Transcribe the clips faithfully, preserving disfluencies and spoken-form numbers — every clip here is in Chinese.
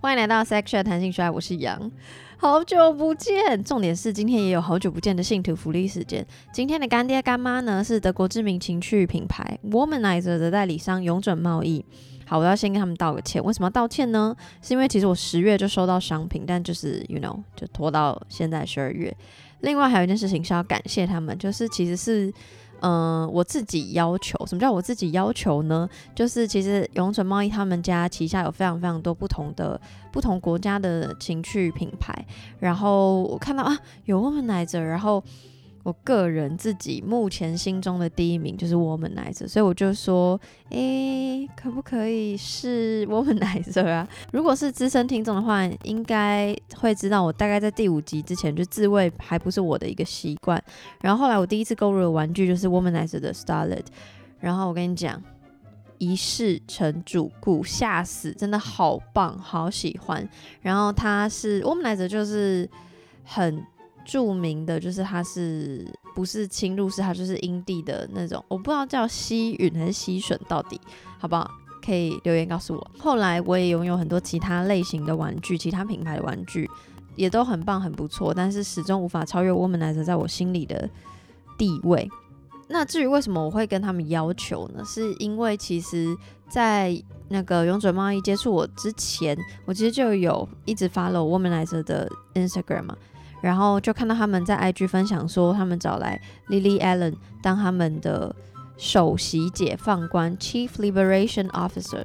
欢迎来到 Sex Chat 谈性说爱，我是杨，好久不见。重点是今天也有好久不见的信徒福利时间。今天的干爹干妈呢是德国知名情趣品牌 Womanizer 的代理商永准贸易。好，我要先跟他们道个歉。为什么要道歉呢？是因为其实我十月就收到商品，但就是 you know 就拖到现在十二月。另外还有一件事情是要感谢他们，就是其实是嗯、呃，我自己要求。什么叫我自己要求呢？就是其实永准贸易他们家旗下有非常非常多不同的不同国家的情趣品牌，然后我看到啊有 Womanizer， 然后我个人自己目前心中的第一名就是 Womanizer， 所以我就说诶可不可以是 Womanizer 啊？如果是资深听众的话应该会知道我大概在第五集之前就自慰还不是我的一个习惯，然后后来我第一次购入的玩具就是 Womanizer 的 Starlet， 然后我跟你讲一试成主顾，吓死，真的好棒，好喜欢。然后它是 Womanizer 就是很著名的，就是它是不是侵入式，它就是阴蒂的那种，我不知道叫吸吮还是吸吮到底，好不好？可以留言告诉我。后来我也拥有很多其他类型的玩具，其他品牌的玩具也都很棒很不错，但是始终无法超越 Womanizer 在我心里的地位。那至于为什么我会跟他们要求呢？是因为其实在那个永准贸易接触我之前，我其实就有一直 follow Womanizer 的 Instagram 嘛，然后就看到他们在 I G 分享说他们找来 Lily Allen 当他们的首席解放官 Chief Liberation Officer。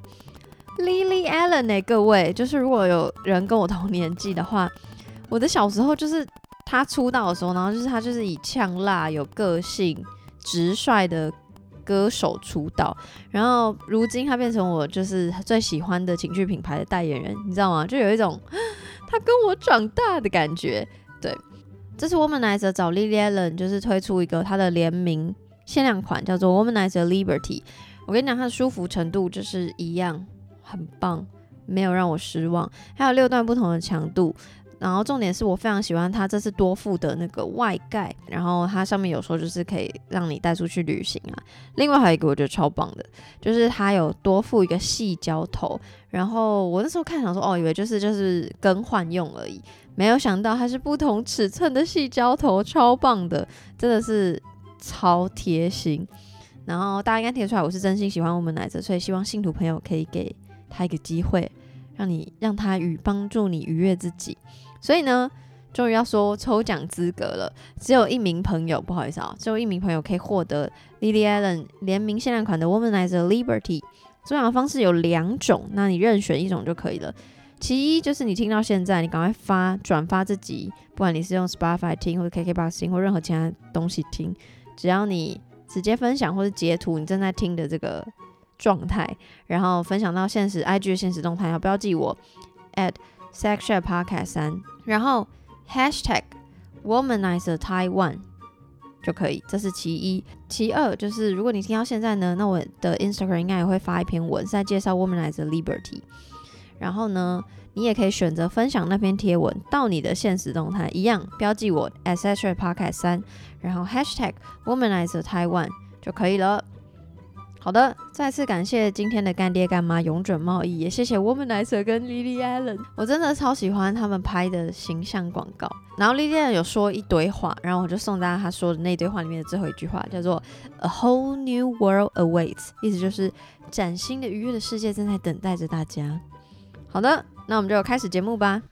Lily Allen 欸，各位，就是如果有人跟我同年纪的话，我的小时候就是他出道的时候，然后就是他就是以呛辣有个性直率的歌手出道，然后如今他变成我就是最喜欢的情趣品牌的代言人，你知道吗？就有一种他跟我长大的感觉。对，这是 Womanizer 找 Lily Allen 就是推出一个他的联名限量款，叫做 Womanizer Liberty。 我跟你讲，它的舒服程度就是一样很棒，没有让我失望，还有六段不同的强度。然后重点是我非常喜欢它这次多附的那个外盖，然后它上面有说就是可以让你带出去旅行啊。另外还有一个我觉得超棒的，就是它有多附一个细胶头，然后我那时候看想说哦，以为就是就是更换用而已，没有想到它是不同尺寸的细胶头，超棒的，真的是超贴心。然后大家应该听得出来我是真心喜欢Womanizer，所以希望信徒朋友可以给他一个机会，让你让他与帮助你愉悦自己。所以呢，终于要说抽奖资格了，只有一名朋友，不好意思啊，只有一名朋友可以获得 Lily Allen 联名限量款的 Womanizer Liberty。 抽奖的方式有两种，那你任选一种就可以了。其一就是你听到现在，你赶快发转发这集，不管你是用 Spotify 听或者 K K B O X 听或任何其他东西听，只要你直接分享或者截图你正在听的这个状态，然后分享到现实 I G 的现实动态，然后标记我 at Sex Chat Podcast 三，然后 Hashtag Womanizer Taiwan 就可以，这是其一。其二就是如果你听到现在呢，那我的 Instagram 应该也会发一篇文是在介绍 Womanizer Liberty， 然后呢你也可以选择分享那篇贴文到你的现实动态，一样标记我 at Sex Chat Podcast 三，然后 Hashtag Womanizer Taiwan 就可以了。好的，再次感谢今天的干爹干妈永准贸易，也谢谢 Womanizer 跟 Lily Allen， 我真的超喜欢他们拍的形象广告。然后 Lily Allen 有说一堆话，然后我就送大家他说的那堆话里面的最后一句话，叫做 A whole new world awaits， 意思就是崭新的愉悦的世界正在等待着大家。好的，那我们就开始节目吧。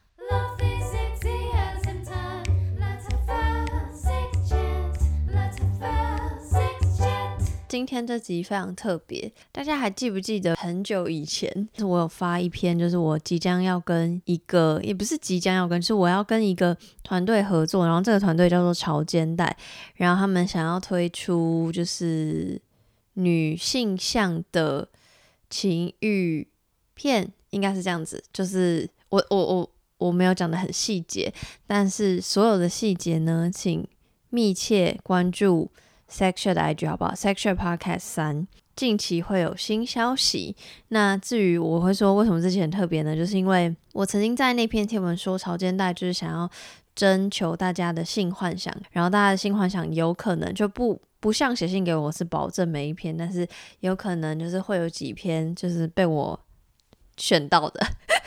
今天这集非常特别，大家还记不记得很久以前我有发一篇，就是我即将要跟一个，也不是即将要跟，是我要跟一个团队合作，然后这个团队叫做潮肩带，然后他们想要推出就是女性向的情欲片，应该是这样子，就是我我我我没有讲得很细节，但是所有的细节呢请密切关注Sex Chat 的 I G 好不好？ Sex Chat Podcast 三近期会有新消息。那至于我会说为什么这期很特别呢，就是因为我曾经在那篇贴文说潮肩带就是想要征求大家的性幻想，然后大家的性幻想有可能就不不像写信给我是保证每一篇，但是有可能就是会有几篇就是被我选到的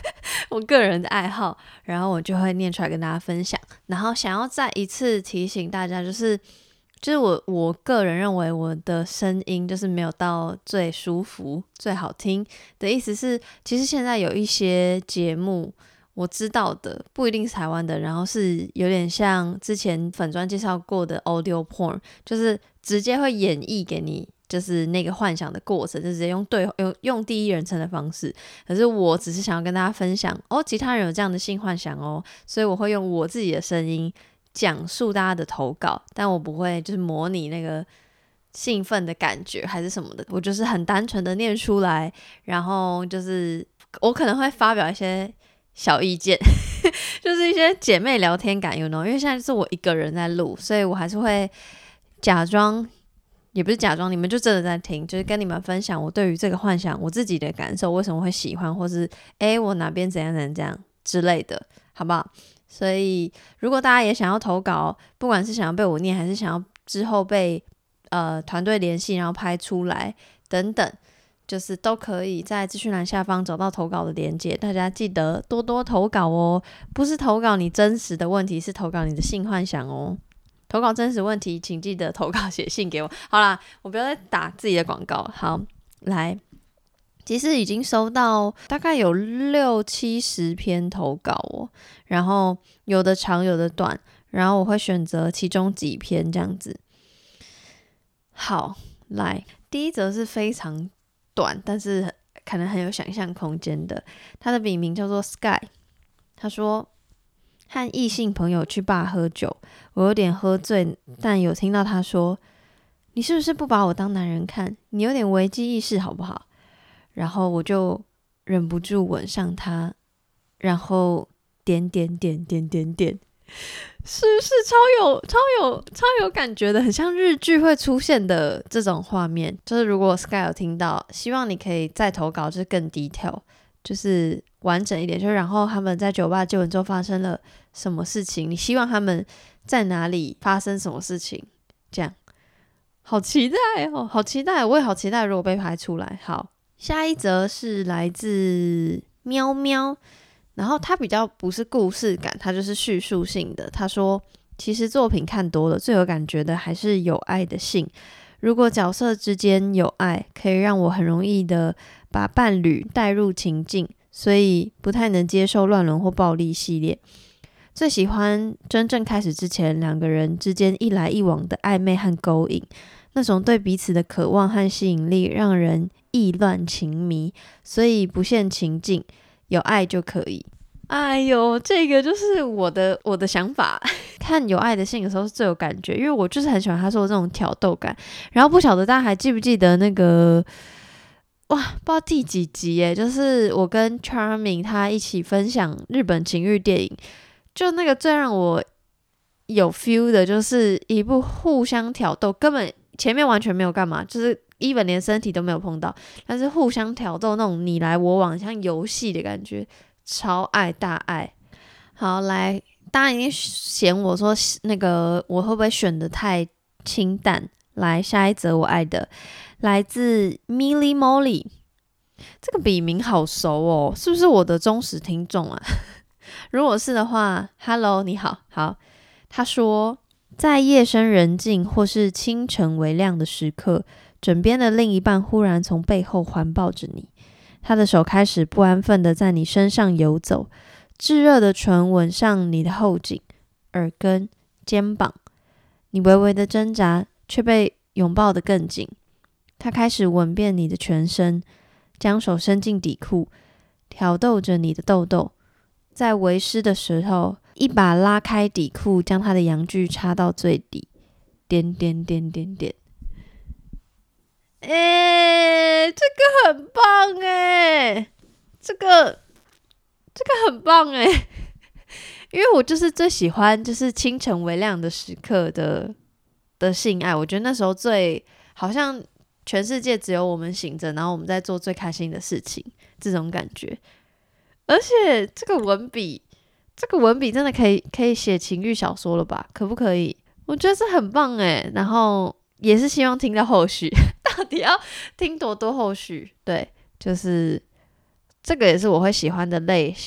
我个人的爱好，然后我就会念出来跟大家分享。然后想要再一次提醒大家，就是就是我我个人认为我的声音就是没有到最舒服最好听的意思是，其实现在有一些节目我知道的不一定是台湾的，然后是有点像之前粉专介绍过的 audio porn， 就是直接会演绎给你就是那个幻想的过程，就直接用对用用第一人称的方式。可是我只是想要跟大家分享哦，其他人有这样的性幻想哦，所以我会用我自己的声音讲述大家的投稿，但我不会就是模拟那个兴奋的感觉还是什么的，我就是很单纯的念出来，然后就是我可能会发表一些小意见就是一些姐妹聊天感 you know， 因为现在是我一个人在录，所以我还是会假装，也不是假装，你们就真的在听，就是跟你们分享我对于这个幻想我自己的感受，为什么会喜欢，或是诶我哪边怎样怎样怎样之类的，好不好？所以如果大家也想要投稿，不管是想要被我念还是想要之后被呃团队联系然后拍出来等等，就是都可以在资讯栏下方找到投稿的连结，大家记得多多投稿哦，不是投稿你真实的问题，是投稿你的性幻想哦。投稿真实问题请记得投稿写信给我。好啦，我不要再打自己的广告。好，来，其实已经收到大概有六七十篇投稿哦，然后有的长有的短，然后我会选择其中几篇这样子。好，来，第一则是非常短，但是可能很有想象空间的，他的笔名叫做 Sky。 他说，和异性朋友去爸喝酒，我有点喝醉，但有听到他说，你是不是不把我当男人看，你有点危机意识好不好？然后我就忍不住吻上他，然后点点点点点点，是不是超有超有超有感觉的，很像日剧会出现的这种画面。就是如果 Sky 有听到，希望你可以再投稿，就是更 detail， 就是完整一点，就是然后他们在酒吧接吻之后发生了什么事情，你希望他们在哪里发生什么事情，这样好期待哦，好期待，我也好期待如果被拍出来。好，下一则是来自喵喵，然后它比较不是故事感，它就是叙述性的。他说，其实作品看多了，最有感觉的还是有爱的性。如果角色之间有爱，可以让我很容易的把伴侣带入情境，所以不太能接受乱伦或暴力系列。最喜欢真正开始之前两个人之间一来一往的暧昧和勾引，那种对彼此的渴望和吸引力让人意乱情迷，所以不限情境，有爱就可以。哎呦，这个就是我的我的想法。看有爱的性的时候是最有感觉，因为我就是很喜欢他说的这种挑逗感。然后不晓得大家还记不记得那个，哇，不知道第几集耶，就是我跟 Charming 他一起分享日本情欲电影，就那个最让我有 feel 的就是一部互相挑逗，根本前面完全没有干嘛，就是 even 连身体都没有碰到，但是互相挑逗那种你来我往像游戏的感觉，超爱大爱。好，来，大家已经嫌我说那个我会不会选的太清淡，来下一则我爱的来自 Millie Molly， 这个笔名好熟哦，是不是我的忠实听众啊？如果是的话 Hello 你好。好，他说，在夜深人静或是清晨微亮的时刻，枕边的另一半忽然从背后环抱着你，他的手开始不安分的在你身上游走，炙热的唇吻上你的后颈、耳根、肩膀，你微微的挣扎，却被拥抱得更紧。他开始吻遍你的全身，将手伸进底裤，挑逗着你的痘痘，在为湿的时候，一把拉开底裤，将他的阳具插到最底，点点点点点。欸，这个很棒欸，这个这个很棒欸，因为我就是最喜欢就是清晨微亮的时刻的的性爱，我觉得那时候最好像全世界只有我们醒着，然后我们在做最开心的事情，这种感觉。而且这个文笔，这个文笔真的可以可以写情欲小说了吧？可不可以？我觉得是很棒欸，然后也是希望听到后续，到底要听多多后续？对，就是这个也是我会喜欢的类型。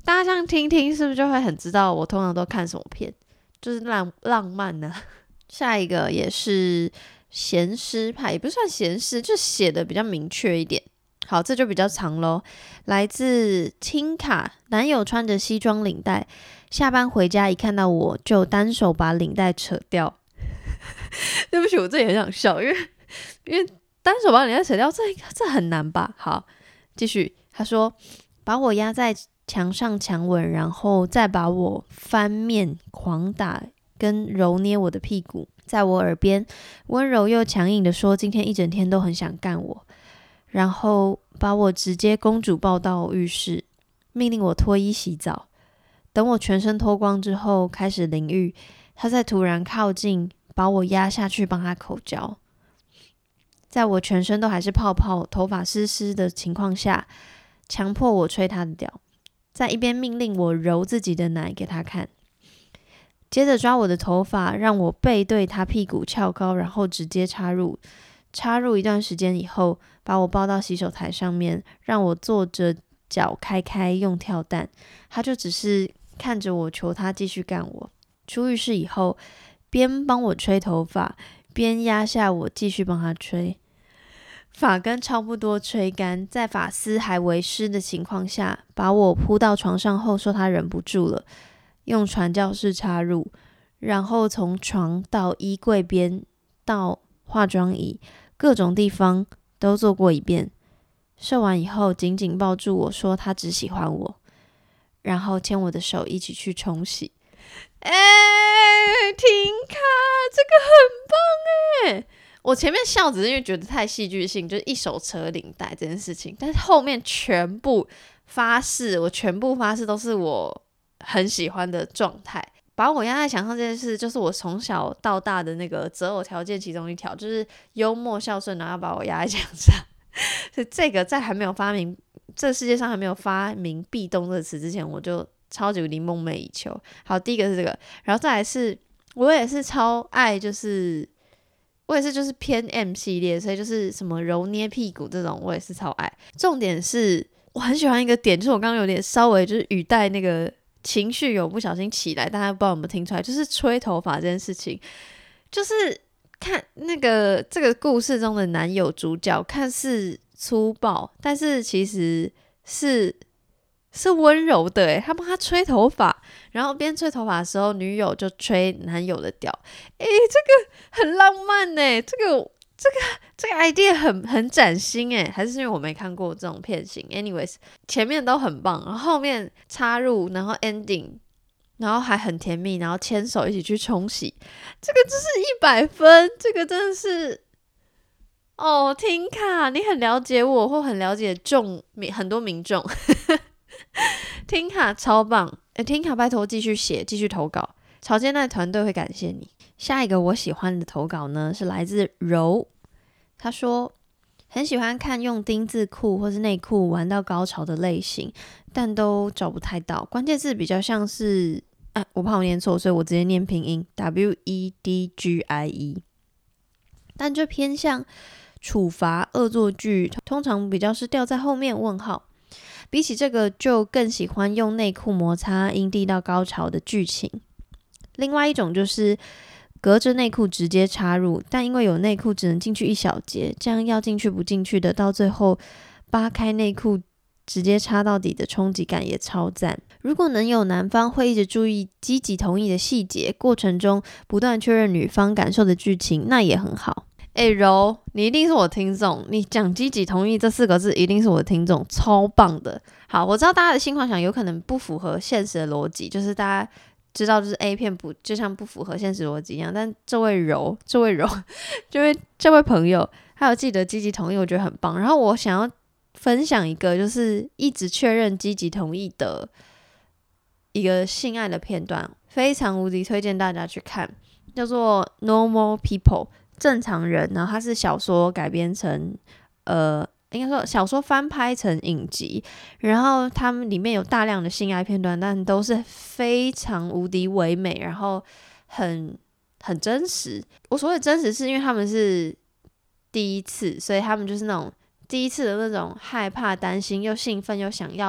大家这样听听，是不是就会很知道我通常都看什么片？就是浪浪漫呢、啊。下一个也是咸湿派，也不算咸湿，就写的比较明确一点。好，这就比较长咯。来自 Tinka， 男友穿着西装领带，下班回家一看到我就单手把领带扯掉。对不起，我这也很想笑，因为因为单手把领带扯掉，这这很难吧？好，继续。他说，把我压在墙上强吻，然后再把我翻面狂打跟揉捏我的屁股，在我耳边温柔又强硬的说，今天一整天都很想干我。然后把我直接公主抱到浴室，命令我脱衣洗澡。等我全身脱光之后开始淋浴，他再突然靠近，把我压下去帮他口交。在我全身都还是泡泡，头发湿湿的情况下，强迫我吹他的屌，在一边命令我揉自己的奶给他看。接着抓我的头发，让我背对他屁股翘高，然后直接插入。插入一段时间以后，把我抱到洗手台上面，让我坐着脚开开用跳蛋。他就只是看着我，求他继续干我。出浴室以后，边帮我吹头发，边压下我继续帮他吹。发根差不多吹干，在发丝还为湿的情况下，把我扑到床上后说他忍不住了，用传教士插入，然后从床到衣柜边到化妆椅，各种地方都做过一遍。射完以后紧紧抱住我说他只喜欢我，然后牵我的手一起去冲洗。哎、欸，停卡，这个很棒哎！我前面笑只是因为觉得太戏剧性，就是一手扯领带这件事情，但是后面全部发誓，我全部发誓都是我很喜欢的状态。把我压在墙上这件事，就是我从小到大的那个择偶条件其中一条，就是幽默孝顺，然后要把我压在墙上。所以这个在还没有发明，这世界上还没有发明壁咚这个词之前，我就超级无敌梦寐以求。好，第一个是这个，然后再来是，我也是超爱，就是我也是就是偏 M 系列，所以就是什么揉捏屁股这种，我也是超爱。重点是我很喜欢一个点，就是我刚刚有点稍微就是语带那个。情绪有不小心起来，大家不知道有没有听出来，就是吹头发这件事情，就是看那个这个故事中的男友主角看似粗暴，但是其实是是温柔的诶，他帮他吹头发，然后边吹头发的时候，女友就吹男友的屌，诶，这个很浪漫诶，这个这个这个 idea 很很崭新诶，还是因为我没看过这种片型 anyways 前面都很棒，然后后面插入，然后 ending， 然后还很甜蜜，然后牵手一起去冲洗，这个就是一百分，这个真的是哦，听卡你很了解我，或很了解众很多民众听卡超棒诶，听卡拜托继续写继续投稿，潮间带团队会感谢你。下一个我喜欢的投稿呢，是来自柔。他说很喜欢看用丁字裤或是内裤玩到高潮的类型，但都找不太到，关键字比较像是啊，我怕我念错，所以我直接念拼音 W E D G I E， 但就偏向处罚恶作剧，通常比较是掉在后面问号。比起这个就更喜欢用内裤摩擦阴蒂到高潮的剧情。另外一种就是隔着内裤直接插入，但因为有内裤只能进去一小节，这样要进去不进去的，到最后扒开内裤直接插到底的冲击感也超赞。如果能有男方会一直注意积极同意的细节，过程中不断确认女方感受的剧情，那也很好。欸柔，你一定是我听众，你讲积极同意这四个字一定是我的听众，超棒的。好，我知道大家的性幻想有可能不符合现实的逻辑，就是大家知道就是 A 片不就像不符合现实逻辑一样，但这位柔这位柔这位这位朋友还有记得积极同意，我觉得很棒。然后我想要分享一个就是一直确认积极同意的一个性爱的片段，非常无敌推荐大家去看，叫做 Normal People 正常人，然后它是小说改编成呃应该说小说翻拍成影集，然后他们里面有大量的性爱片段，但都是非常无敌唯美，然后很很真实。我所谓真实是因为他们是第一次，所以他们就是那种第一次的那种害怕担心又兴奋又想要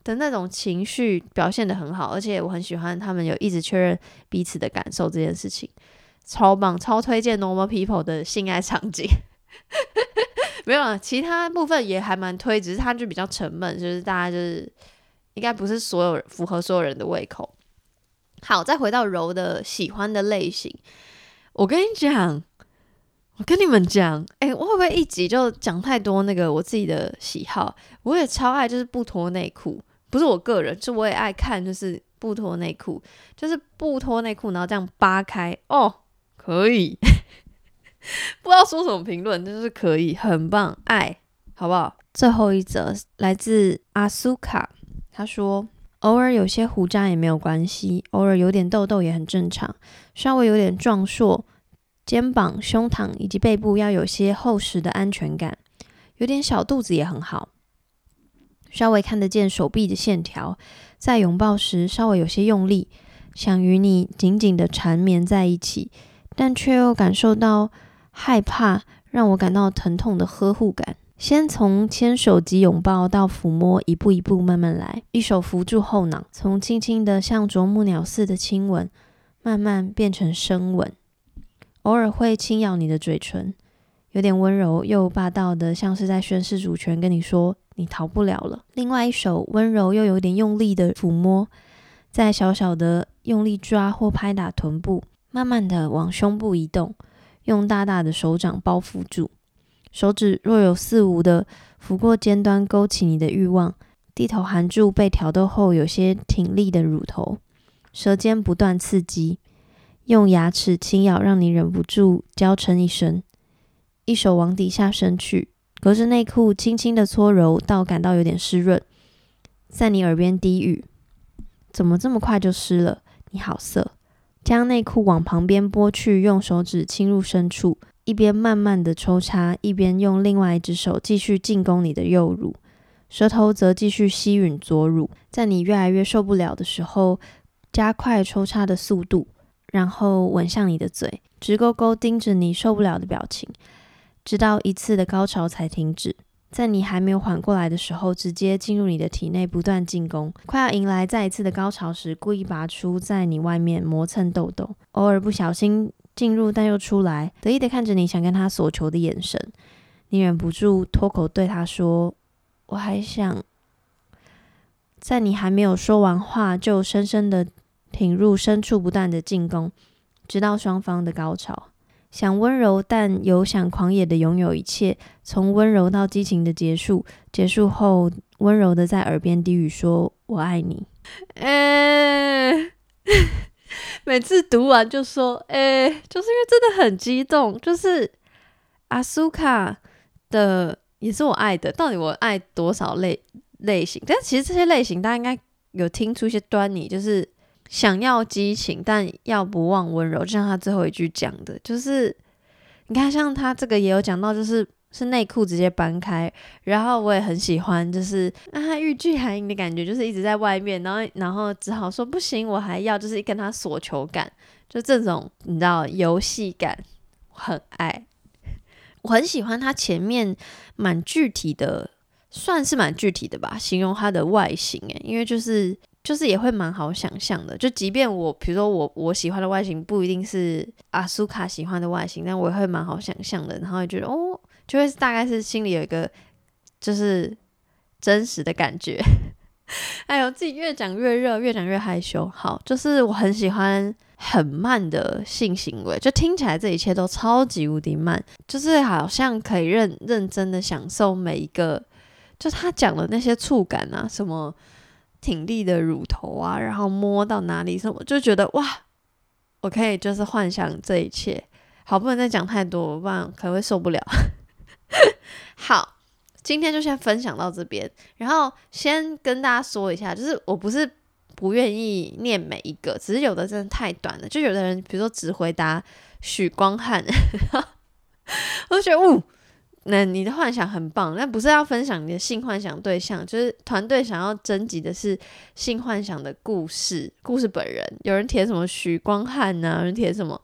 的那种情绪表现得很好，而且我很喜欢他们有一直确认彼此的感受这件事情，超棒，超推荐 Normal People 的性爱场景。没有啦，其他部分也还蛮推，只是它就比较沉闷，就是大家就是应该不是所有符合所有人的胃口。好，再回到柔的喜欢的类型，我跟你讲，我跟你们讲，哎、欸，我会不会一集就讲太多那个我自己的喜好？我也超爱，就是不脱内裤，不是我个人，就我也爱看，就是不脱内裤，就是不脱内裤，然后这样扒开，哦，可以。不知道说什么评论，就是可以，很棒，爱，好不好？最后一则来自阿苏卡，他说偶尔有些胡渣也没有关系，偶尔有点痘痘也很正常，稍微有点壮硕，肩膀、胸膛以及背部要有些厚实的安全感，有点小肚子也很好，稍微看得见手臂的线条，在拥抱时稍微有些用力，想与你紧紧的缠绵在一起，但却又感受到害怕，让我感到疼痛的呵护感。先从牵手及拥抱到抚摸，一步一步慢慢来，一手扶住后脑，从轻轻的像啄木鸟似的亲吻，慢慢变成深吻。偶尔会轻咬你的嘴唇，有点温柔又霸道的，像是在宣示主权，跟你说你逃不了了。另外一手温柔又有点用力的抚摸，再小小的用力抓或拍打臀部，慢慢的往胸部移动，用大大的手掌包覆住，手指若有似无的拂过尖端，勾起你的欲望。低头含住被挑逗后有些挺立的乳头，舌尖不断刺激，用牙齿轻咬，让你忍不住娇嗔一声。一手往底下伸去，隔着内裤轻轻的搓揉，到感到有点湿润，在你耳边低语：怎么这么快就湿了？你好色。将内裤往旁边拨去，用手指侵入深处，一边慢慢的抽插，一边用另外一只手继续进攻你的右乳，舌头则继续吸吮左乳。在你越来越受不了的时候，加快抽插的速度，然后吻向你的嘴，直勾勾盯着你受不了的表情，直到一次的高潮才停止。在你还没有缓过来的时候，直接进入你的体内不断进攻，快要迎来再一次的高潮时，故意拔出在你外面磨蹭痘痘，偶尔不小心进入但又出来，得意的看着你想跟他索求的眼神，你忍不住脱口对他说：我还想。在你还没有说完话，就深深的挺入深处，不断的进攻，直到双方的高潮。想温柔但有想狂野的拥有一切，从温柔到激情的结束，结束后温柔的在耳边低语说我爱你。欸每次读完就说欸，就是因为真的很激动，就是阿苏卡的也是我爱的，到底我爱多少类类型？但其实这些类型大家应该有听出一些端倪，就是想要激情但要不忘温柔，就像他最后一句讲的，就是你看像他这个也有讲到，就是是内裤直接搬开，然后我也很喜欢就是啊他欲拒还迎的感觉，就是一直在外面，然后然后只好说不行我还要，就是跟他索求感，就这种你知道游戏感我很爱。我很喜欢他前面蛮具体的，算是蛮具体的吧，形容他的外形耶，因为就是就是也会蛮好想象的，就即便我比如说我我喜欢的外形不一定是阿苏卡喜欢的外形，但我也会蛮好想象的，然后也觉得哦，就会大概是心里有一个就是真实的感觉。哎呦，自己越讲越热，越讲越害羞。好，就是我很喜欢很慢的性行为，就听起来这一切都超级无敌慢，就是好像可以认认真的享受每一个，就他讲的那些触感啊，什么挺立的乳头啊，然后摸到哪里什么，就觉得哇，我可以就是幻想这一切。好，不能再讲太多，不然可能会受不了。好，今天就先分享到这边，然后先跟大家说一下，就是我不是不愿意念每一个，只是有的真的太短了，就有的人比如说只回答许光汉，我就觉得呜。那你的幻想很棒，但不是要分享你的性幻想对象，就是团队想要征集的是性幻想的故事，故事本人。有人填什么许光汉啊，有人填什么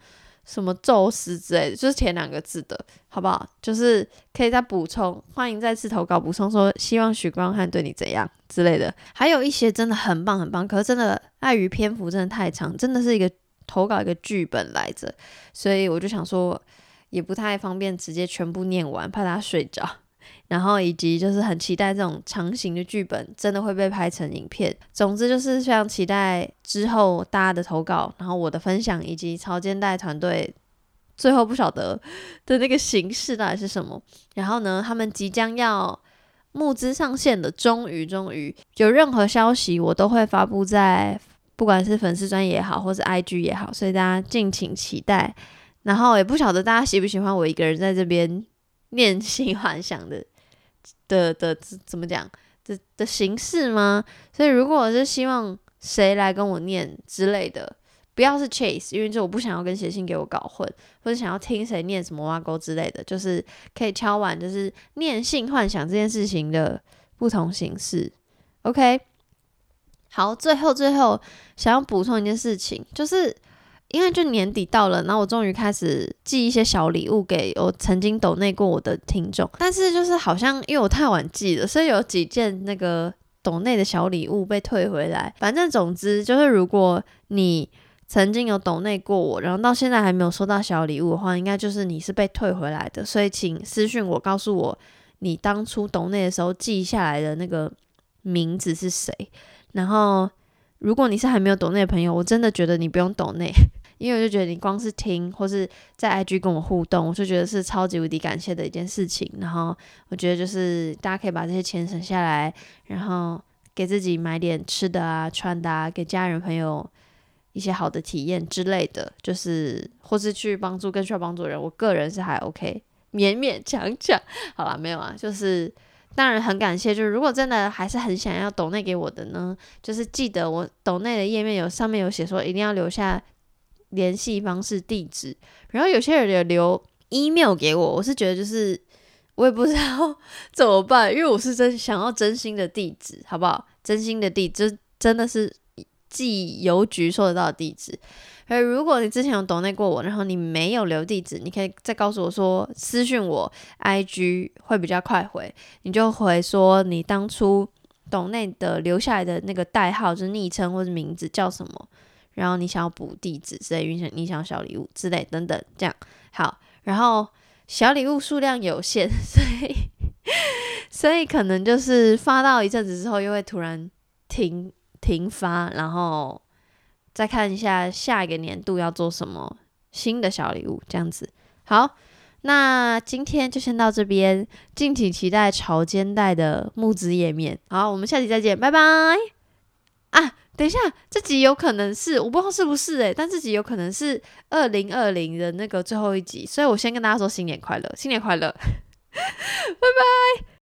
什么宙斯之类的，就是填两个字的，好不好？就是可以再补充，欢迎再次投稿补充说希望许光汉对你怎样之类的。还有一些真的很棒很棒，可是真的碍于篇幅真的太长，真的是一个投稿一个剧本来着，所以我就想说也不太方便直接全部念完，怕他睡着。然后以及就是很期待这种长型的剧本真的会被拍成影片。总之就是非常期待之后大家的投稿，然后我的分享，以及潮间带团队最后不晓得的那个形式到底是什么。然后呢，他们即将要募资上线的，终于终于有任何消息我都会发布在不管是粉丝专页也好，或是 I G 也好，所以大家敬请期待。然后也不晓得大家喜不喜欢我一个人在这边念性幻想的的的怎么讲 的, 的形式吗？所以如果我是希望谁来跟我念之类的，不要是 Chase， 因为就我不想要跟写信给我搞混，或者想要听谁念什么挖沟之类的，就是可以敲完就是念性幻想这件事情的不同形式。 OK， 好，最后最后想要补充一件事情，就是因为就年底到了，然后我终于开始寄一些小礼物给我曾经抖内过我的听众，但是就是好像因为我太晚寄了，所以有几件那个抖内的小礼物被退回来。反正总之就是如果你曾经有抖内过我，然后到现在还没有收到小礼物的话，应该就是你是被退回来的，所以请私讯我告诉我你当初抖内的时候寄下来的那个名字是谁。然后如果你是还没有抖内的朋友，我真的觉得你不用抖内，因为我就觉得你光是听或是在 I G 跟我互动，我就觉得是超级无敌感谢的一件事情。然后我觉得就是大家可以把这些钱省下来，然后给自己买点吃的啊穿的啊，给家人朋友一些好的体验之类的，就是或是去帮助更需要帮助的人，我个人是还 OK， 勉勉强强。好啦，没有啊，就是当然很感谢，就是如果真的还是很想要抖内给我的呢，就是记得我抖内的页面有上面有写说一定要留下联系方式地址，然后有些人有留 email 给我，我是觉得就是我也不知道怎么办，因为我是真想要真心的地址，好不好？真心的地址真的是寄邮局收得到的地址。而如果你之前有抖内过我，然后你没有留地址，你可以再告诉我说私讯我 I G 会比较快回，你就回说你当初抖内的留下来的那个代号，就是昵称或是名字叫什么，然后你想要补地址之类，你想要小礼物之类等等，这样好。然后小礼物数量有限，所以所以可能就是发到一阵子之后又会突然停停发，然后再看一下下一个年度要做什么新的小礼物，这样子。好，那今天就先到这边，敬请期待潮间带的募资页面。好，我们下期再见，拜拜啊！等一下，这集有可能是我不知道是不是欸，但这集有可能是二零二零的那个最后一集，所以我先跟大家说新年快乐，新年快乐，拜拜。